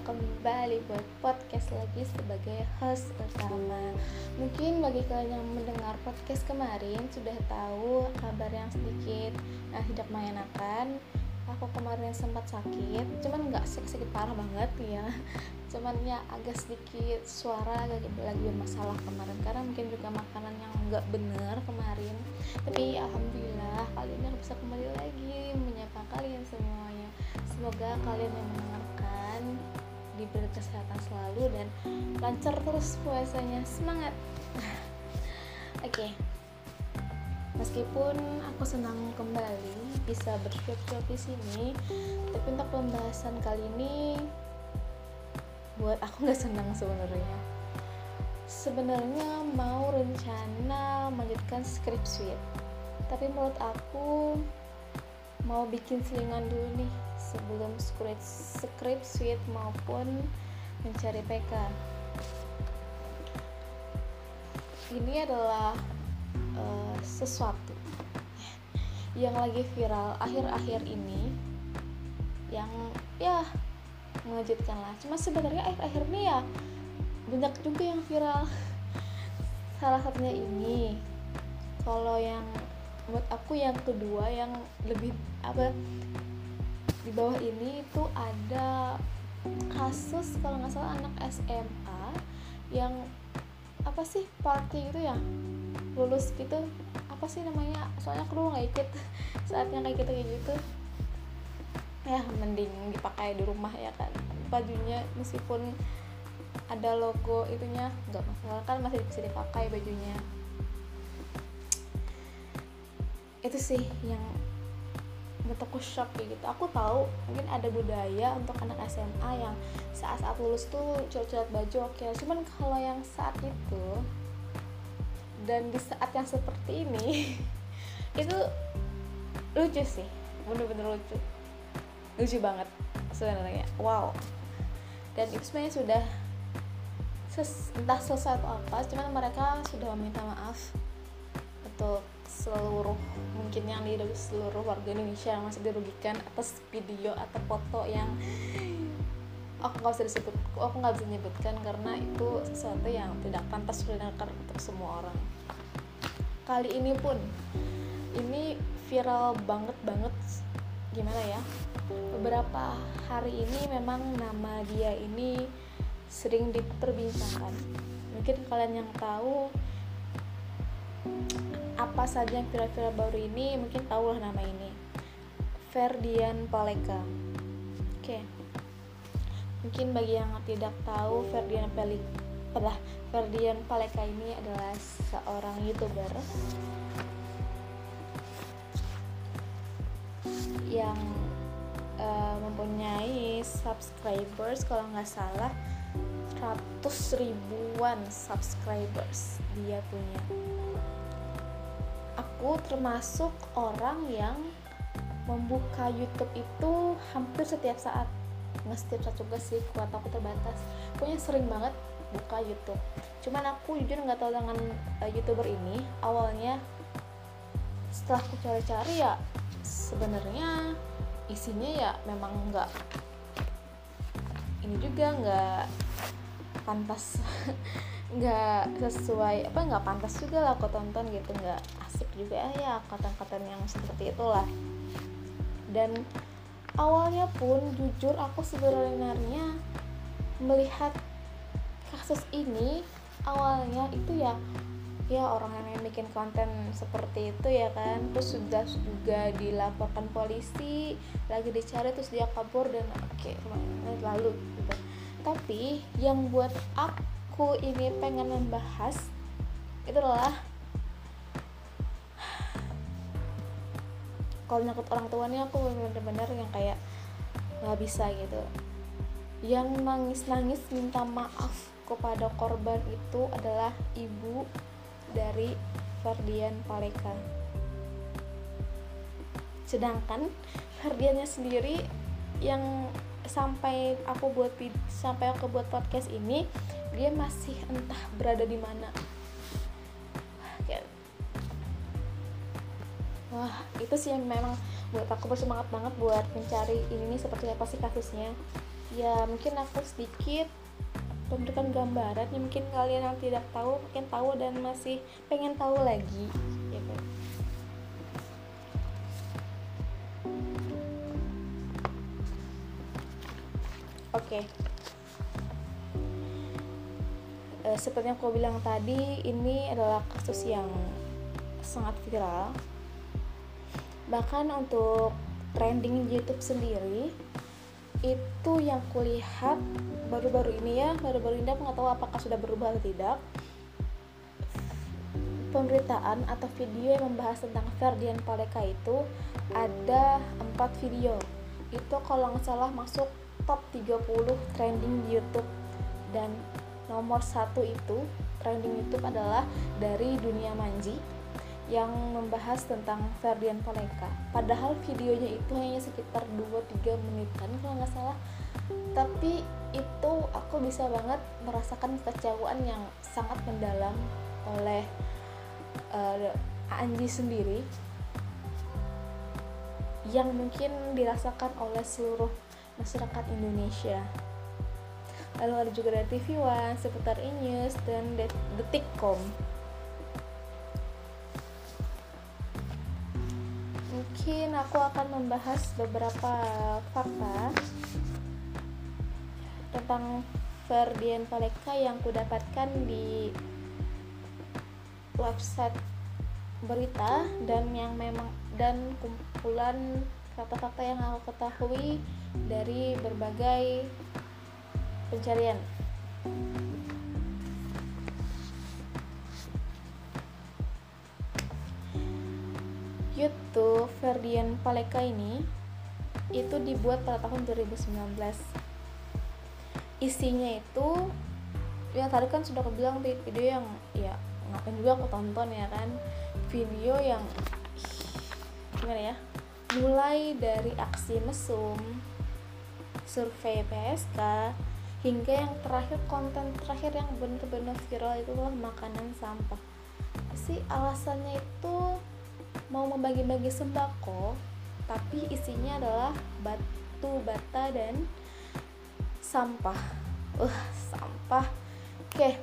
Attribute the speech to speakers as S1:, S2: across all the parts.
S1: kembali buat podcast lagi sebagai host utama. Mungkin bagi kalian yang mendengar podcast kemarin sudah tahu kabar yang sedikit tidak mengenakan. Aku kemarin sempat sakit, cuman nggak sakit parah banget ya. Cuman ya agak sedikit suara agak lagi bermasalah kemarin karena mungkin juga makanan yang nggak bener kemarin. Tapi alhamdulillah kali ini aku bisa kembali lagi menyapa kalian semuanya. Semoga kalian yang mendengarkan diberi kesehatan selalu dan lancar terus puasanya. Semangat. Oke. Meskipun aku senang kembali bisa bercuap-cuap di sini, tapi untuk pembahasan kali ini buat aku nggak senang sebenarnya. Sebenarnya mau rencana melanjutkan skripsi, tapi menurut aku mau bikin selingan dulu nih sebelum skripsi maupun mencari PK. Ini adalah sesuatu yang lagi viral akhir-akhir ini, yang ya mengejutkan lah. Cuma sebenarnya akhir-akhir ini ya banyak juga yang viral. Salah satunya ini. Kalau yang buat aku yang kedua yang lebih di bawah ini itu ada kasus kalau nggak salah anak SMA yang party itu ya, lulus gitu, apa sih namanya, soalnya aku dulu nggak ikut saatnya kayak gitu ya, mending dipakai di rumah ya kan bajunya, meskipun ada logo itunya nggak masalah kan, masih bisa dipakai bajunya. Itu sih yang buat aku shock kayak gitu. Aku tahu mungkin ada budaya untuk anak SMA yang saat lulus tuh coret-coret baju, oke. Cuman kalau yang saat itu dan di saat yang seperti ini itu lucu sih, bener-bener lucu banget sebenarnya. Wow. Dan itu sebenarnya sudah entah selesai atau apa, cuman mereka sudah meminta maaf untuk seluruh mungkin yang seluruh warga Indonesia yang masih dirugikan atas video atau foto yang aku nggak bisa nyebutkan karena itu sesuatu yang tidak pantas didengarkan untuk semua orang. Kali ini pun ini viral banget, gimana ya, beberapa hari ini memang nama dia ini sering diperbincangkan. Mungkin kalian yang tahu apa saja yang viral baru ini mungkin tahu lah nama ini, Ferdian Paleka. Oke. Mungkin bagi yang tidak tahu, Ferdian Paleka ini adalah seorang YouTuber yang mempunyai subscribers kalau nggak salah 100 ribuan subscribers dia punya. Aku termasuk orang yang membuka YouTube itu hampir setiap saat. Nggak setiap saat juga sih, kuota aku terbatas. Pokoknya sering banget buka YouTube. Cuman aku jujur nggak tahu dengan YouTuber ini. Awalnya setelah aku cari-cari ya sebenarnya isinya ya memang nggak pantas nggak sesuai nggak pantas juga lah aku tonton gitu, nggak asik juga ya konten-konten yang seperti itulah. Dan awalnya pun jujur aku sebenarnya melihat kasus ini awalnya itu ya orang yang bikin konten seperti itu ya kan, terus sudah juga dilaporkan polisi, lagi dicari, terus dia kabur dan lalu gitu. Tapi yang buat aku ini pengen membahas itu adalah kalau nyangkut orang tuanya aku bener-bener yang kayak nggak bisa gitu. Yang nangis minta maaf kepada korban itu adalah ibu dari Ferdian Paleka. Sedangkan Ferdiannya sendiri yang sampai aku buat podcast ini, dia masih entah berada di mana. Wah, itu sih yang memang buat aku bersemangat banget buat mencari ini seperti apa sih kasusnya. Ya mungkin aku sedikit memberikan gambaran yang mungkin kalian yang tidak tahu mungkin tahu dan masih pengen tahu lagi gitu. Oke. Seperti yang aku bilang tadi, ini adalah kasus yang sangat viral. Bahkan untuk trending YouTube sendiri itu yang kulihat baru-baru ini aku nggak tahu apakah sudah berubah atau tidak, pemberitaan atau video yang membahas tentang Ferdian Paleka itu ada 4 video. Itu kalau nggak salah masuk top 30 trending di YouTube, dan nomor 1 itu trending YouTube adalah dari Dunia Manji yang membahas tentang Ferdian Paleka. Padahal videonya itu hanya sekitar 2-3 menitan kalau nggak salah, tapi itu aku bisa banget merasakan kekecewaan yang sangat mendalam oleh Anji sendiri, yang mungkin dirasakan oleh seluruh masyarakat Indonesia. Lalu ada juga dari TV One, seputar E-News, dan Detikcom. Mungkin aku akan membahas beberapa fakta tentang Ferdian Paleka yang kudapatkan di website berita dan kumpulan fakta-fakta yang aku ketahui dari berbagai pencarian. YouTube Ferdian Paleka ini itu dibuat pada tahun 2019. Isinya itu yang tadi kan sudah aku bilang video yang ya ngapain juga aku tonton ya kan, video yang gimana ya, mulai dari aksi mesum, survei PSK, hingga yang terakhir, konten terakhir yang benar-benar viral itu adalah makanan sampah. Si alasannya itu mau membagi-bagi sembako, tapi isinya adalah batu bata dan sampah. Sampah. Oke.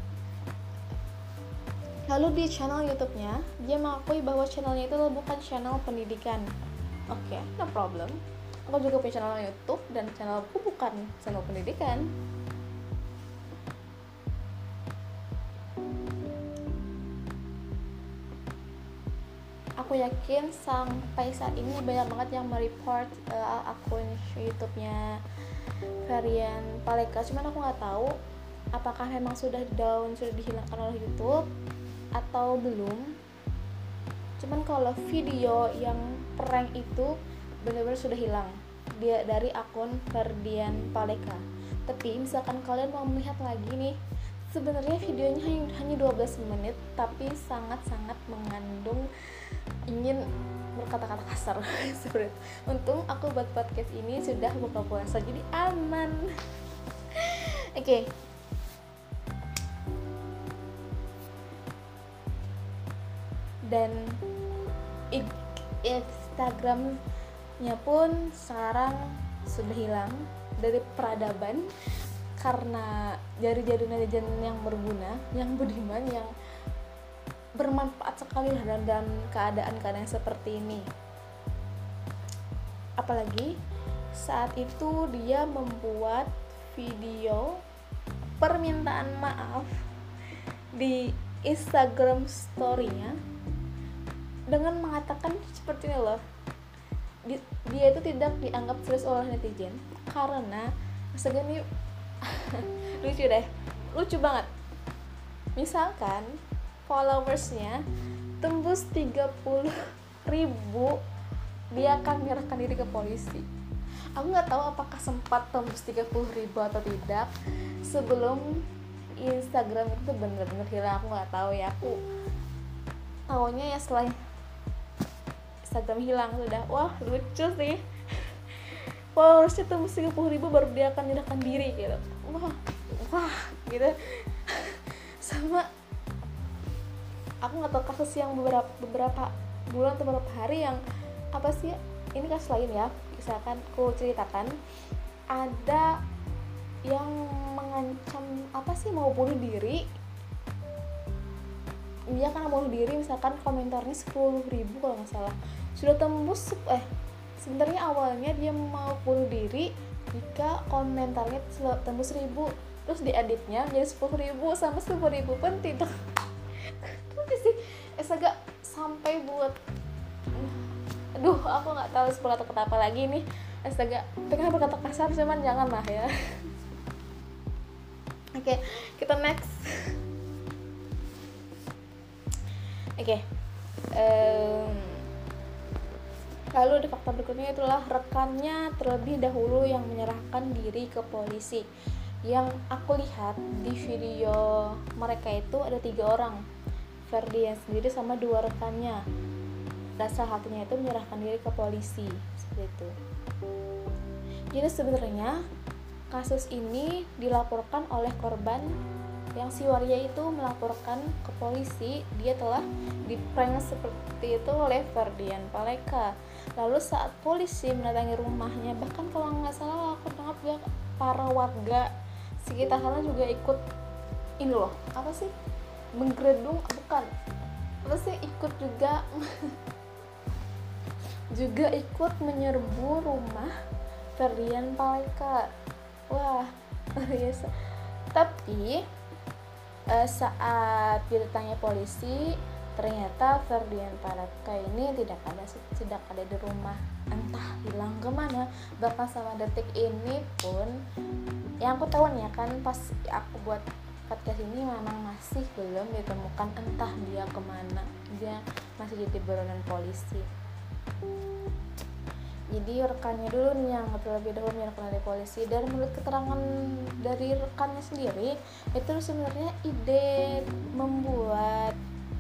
S1: Lalu di channel YouTube-nya, dia mengakui bahwa channelnya itu bukan channel pendidikan. Oke, no problem. Aku juga punya channel YouTube dan channelku bukan channel pendidikan. Aku yakin sampai saat ini banyak banget yang mereport akun YouTube-nya Ferdian Paleka. Cuman aku nggak tahu apakah memang sudah down, sudah dihilangkan oleh YouTube atau belum. Cuman kalau video yang prank itu benar-benar sudah hilang dia dari akun Ferdian Paleka. Tapi misalkan kalian mau melihat lagi nih, sebenarnya videonya hanya 12 menit tapi sangat-sangat mengandung ingin berkata-kata kasar. Untung aku buat podcast ini sudah buka puasa jadi aman. Oke. Dan Instagramnya pun sekarang sudah hilang dari peradaban karena jari-jari netizen yang berguna, yang budiman, yang bermanfaat sekali dalam keadaan-keadaan seperti ini. Apalagi saat itu dia membuat video permintaan maaf di Instagram story-nya dengan mengatakan seperti ini loh, dia itu tidak dianggap serius oleh netizen karena segini lucu banget. Misalkan followersnya tembus 30.000, dia akan menyerahkan diri ke polisi. Aku nggak tahu apakah sempat tembus 30.000 atau tidak sebelum Instagram itu benar-benar hilang. Aku nggak tahu ya, aku taunya ya setelah Instagram hilang sudah. Wah lucu sih, followersnya tembus 30.000 baru dia akan menyerahkan diri gitu. Wah gitu. Sama aku nggak tahu kasus yang beberapa bulan atau beberapa hari yang apa sih, ini kasus lain ya, misalkan aku ceritakan ada yang mengancam mau bunuh diri. Dia kan bunuh diri, misalkan komentarnya 10.000 kalau nggak salah, sudah tembus sebenarnya awalnya dia mau bunuh diri jika komentarnya tembus 1.000, terus dieditnya menjadi 10.000 sama 10.000 pun tidak. Terus sih agak sampai buat aku nggak tahu kata apa lagi nih. Astaga, pengen berkata kasar cuman jangan lah ya. Oke, kita next. Lalu di fakta berikutnya itulah rekannya terlebih dahulu yang menyerahkan diri ke polisi. Yang aku lihat di video mereka itu ada 3 orang, Ferdian sendiri sama 2 rekannya. Dan salah satunya itu menyerahkan diri ke polisi seperti itu. Jadi sebenarnya kasus ini dilaporkan oleh korban yang si Waria itu melaporkan ke polisi dia telah diprank seperti itu oleh Ferdian Paleka. Lalu saat polisi mendatangi rumahnya, bahkan kalau nggak salah aku dengar juga para warga sekitar sana juga ikut ini loh, menggedung, ikut juga juga ikut menyerbu rumah Ferdian Paleka. Wah, biasa. Tapi saat ditanya polisi, ternyata Ferdian Paleka ini tidak ada di rumah, entah hilang kemana. Bahkan sama detik ini pun yang aku tahu nih kan, pas aku buat podcast ini memang masih belum ditemukan, entah dia kemana, dia masih jadi buronan polisi. Jadi rekannya dulu nih yang terlebih dahulu menyerahkan dari polisi. Dan menurut keterangan dari rekannya sendiri, itu sebenarnya ide membuat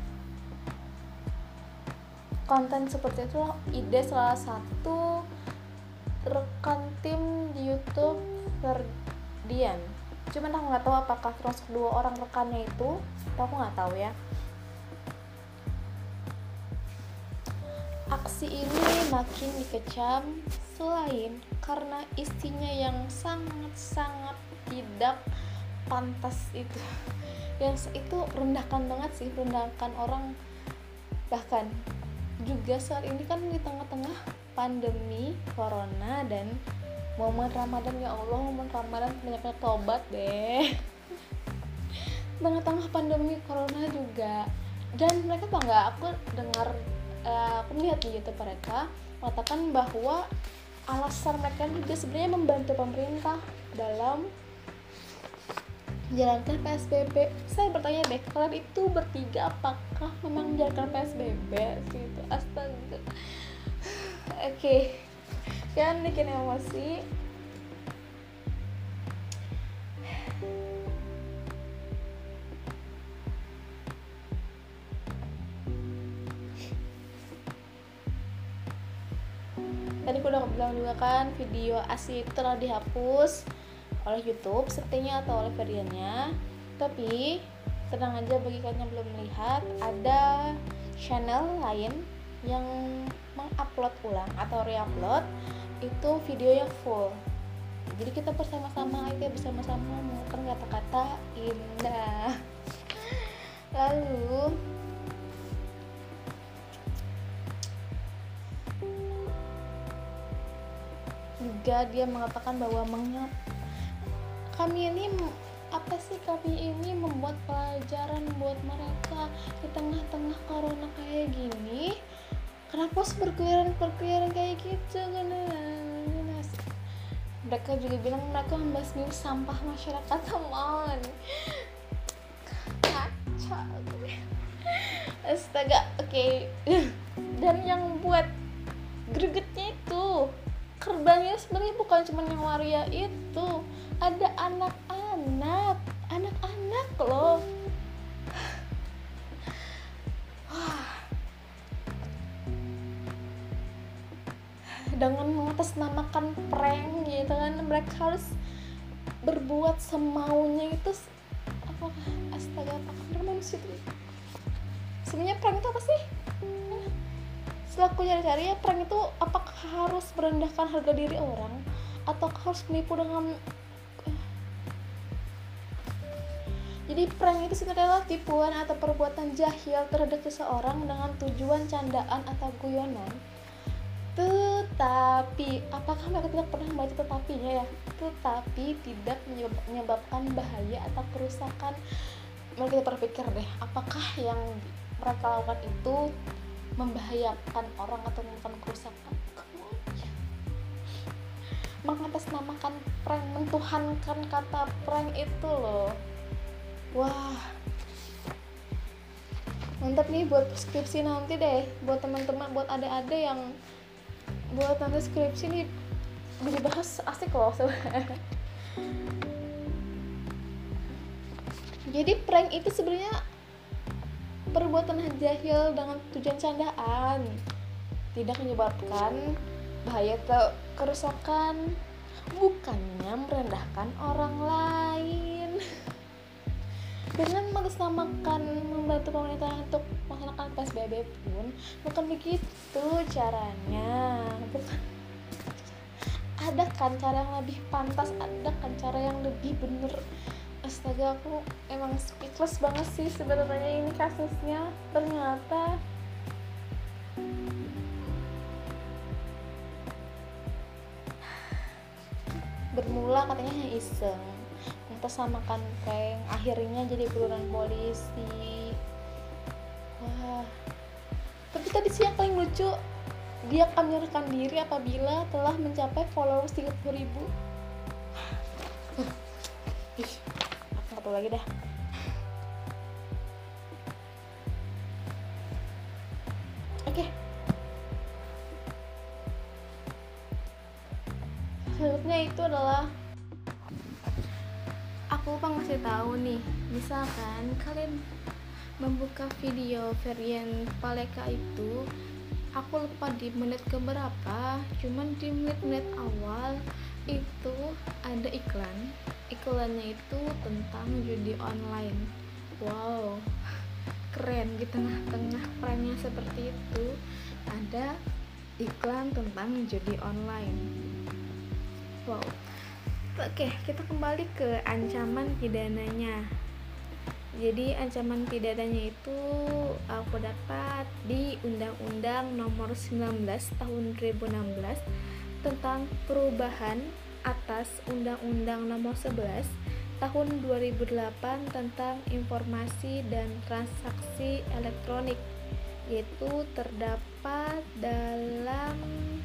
S1: konten seperti itu ide salah satu rekan tim di YouTube Ferdian. Cuman aku nggak tahu apakah termasuk 2 orang rekannya itu, aku nggak tahu ya. Aksi ini makin dikecam selain karena isinya yang sangat-sangat tidak pantas itu. Yang itu rendahkan banget sih, rendahkan orang. Bahkan juga saat ini kan di tengah-tengah pandemi corona dan momen Ramadan, ya Allah, momen Ramadan banyak tobat deh. Tengah-tengah pandemi corona juga. Dan mereka tau nggak, aku melihat di YouTube mereka mengatakan bahwa alasan mereka juga sebenarnya membantu pemerintah dalam menjalankan PSBB. Saya bertanya deh, kalian itu bertiga apakah memang menjalankan PSBB gitu? Astaga. Oke. Jangan bikin emosi. Tadi aku udah bilang juga kan, video asli itu telah dihapus oleh YouTube sepertinya atau oleh Ferdiannya. Tapi tenang aja, bagi kalian yang belum melihat, ada channel lain yang mengupload ulang atau reupload itu video yang full. Jadi kita bersama-sama mengucapkan kata-kata indah. Lalu juga dia mengatakan bahwa kami ini membuat pelajaran buat mereka di tengah-tengah corona kayak gini. Kenapa harus berkeliaran kayak gitu kan? Mereka juga bilang mereka membasmi sampah masyarakat, teman. Kaca. Astaga, oke. Dan yang buat gregetnya itu korbannya sebenarnya bukan cuma yang Waria itu, ada anak-anak loh. Dengan mengatasnamakan prank gitu kan, mereka harus berbuat semaunya itu. Astaga, apakah manusia itu? Sebenarnya prank itu apa sih? Setelah aku cari-cari ya, prank itu apakah harus merendahkan harga diri orang, atau harus menipu dengan. Jadi prank itu sebenarnya adalah tipuan atau perbuatan jahil terhadap seseorang dengan tujuan candaan atau guyonan. Tetapi, apakah mereka tidak pernah membaca tetapinya ya? Tetapi tidak menyebabkan bahaya atau kerusakan. Mari kita berpikir deh, apakah yang mereka lakukan itu membahayakan orang atau melakukan kerusakan? Mengatasnamakan prank, mentuhankan kata prank itu loh. Wah, mantap nih buat skripsi nanti deh, buat teman-teman, buat adik-adik yang buat nanti skripsi nih dibahas, asik loh sebenarnya. Jadi prank itu sebenarnya perbuatan jahil dengan tujuan candaan, tidak menyebabkan bahaya atau kerusakan, bukannya merendahkan orang lain. Dengan mengatasnamakan membantu pemerintah untuk melaksanakan PSBB pun bukan begitu caranya. Bukan. Ada kan cara yang lebih pantas, ada kan cara yang lebih bener. Astaga, aku emang speechless banget sih sebenarnya ini kasusnya. Ternyata bermula katanya hanya iseng, mengatasnamakan prank, akhirnya jadi buronan polisi. Wah, tapi tadi sih yang paling lucu, dia akan menyerahkan diri apabila telah mencapai followers 30.000. Ih, aku nggak tahu lagi dah. Oke. Selanjutnya itu adalah aku ngasih tahu nih, misalkan kalian membuka video varian Paleka itu, aku lupa di menit keberapa, cuman di menit-menit awal itu ada iklannya itu tentang judi online. Wow, keren. Di tengah-tengah pranknya seperti itu ada iklan tentang judi online. Wow. Oke, kita kembali ke ancaman pidananya. Jadi ancaman pidananya itu aku dapat di Undang-Undang Nomor 19 Tahun 2016 tentang perubahan atas Undang-Undang Nomor 11 Tahun 2008 tentang informasi dan transaksi elektronik, yaitu terdapat dalam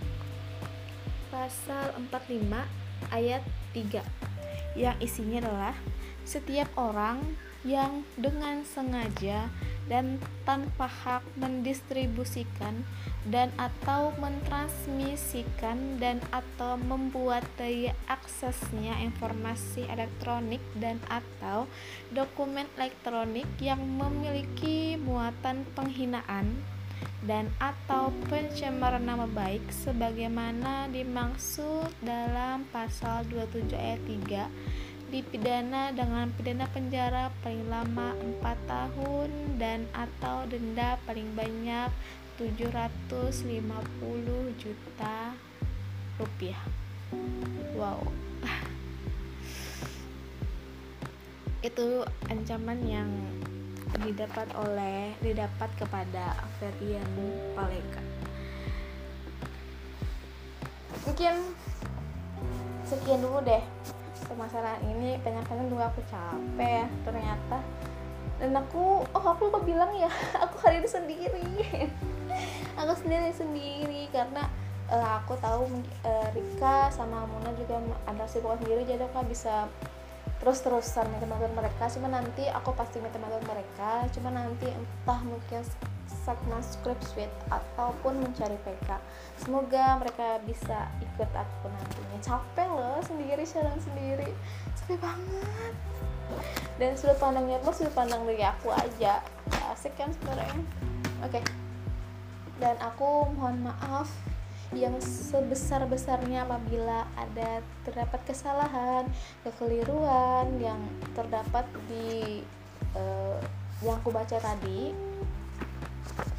S1: pasal 45 ayat 3 yang isinya adalah setiap orang yang dengan sengaja dan tanpa hak mendistribusikan dan atau mentransmisikan dan atau membuat daya aksesnya informasi elektronik dan atau dokumen elektronik yang memiliki muatan penghinaan dan atau pencemaran nama baik sebagaimana dimaksud dalam pasal 27 ayat 3 dipidana dengan pidana penjara paling lama 4 tahun dan atau denda paling banyak 750 juta rupiah. Wow. Itu ancaman yang didapat kepada varian Paleka. Mungkin sekian dulu deh permasalahan ini. Pengen juga aku capek ternyata, dan aku lupa bilang ya, aku hari ini sendiri. Aku sendiri karena aku tahu Rika sama Muna juga ada kesibukan sendiri, jadi aku bisa terus-terusan minta bantuan mereka. Cuma nanti aku pasti minta bantuan mereka, cuma nanti entah mungkin segmen script suite ataupun mencari PK. Semoga mereka bisa ikut aku nantinya. Capek loh sendiri, siaran sendiri, capek banget. Dan sudut pandangnya plus sudut pandang dari aku aja, asik kan sebenarnya. Oke. Dan aku mohon maaf yang sebesar-besarnya apabila ada terdapat kesalahan, kekeliruan yang terdapat di yang aku baca tadi,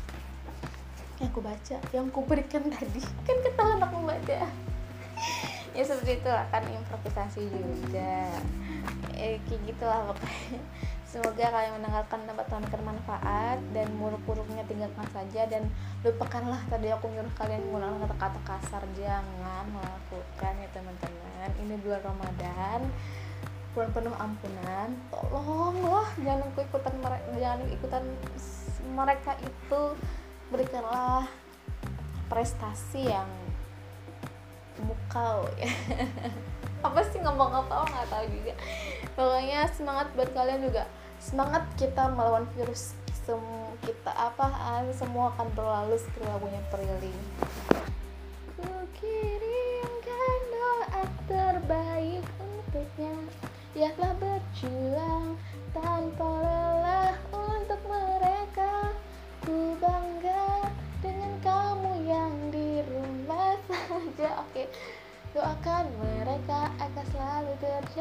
S1: yang aku berikan tadi, kan ketahuan aku baca. Ya seperti itu kan, improvisasi juga. Kayak gitulah pokoknya. Semoga kalian mendengarkan dapat bermanfaat, dan buruk-buruknya tinggalkan saja dan lupakanlah tadi aku nyuruh kalian menggunakan kata-kata kasar. Jangan melakukan ya teman-teman. Ini bulan Ramadan, bulan penuh ampunan. Tolonglah jangan ikutan mereka itu. Berikanlah prestasi yang mukau ya. Apa sih ngomong apa nggak tahu juga. Pokoknya semangat buat kalian juga. Semangat kita melawan virus. Semua akan berlalu seperti lagunya Prilly. Ku kirimkan doa terbaik untuknya. Ya telah berjuang tanpa lelah untuk mereka. Ku bangga dengan kamu yang di rumah saja. Oke. Doakan mereka akan selalu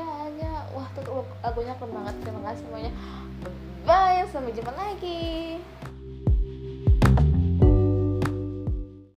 S1: terjaga. Wah, tuh lagunya keren banget. Terima kasih semuanya. Bye, sampai jumpa lagi.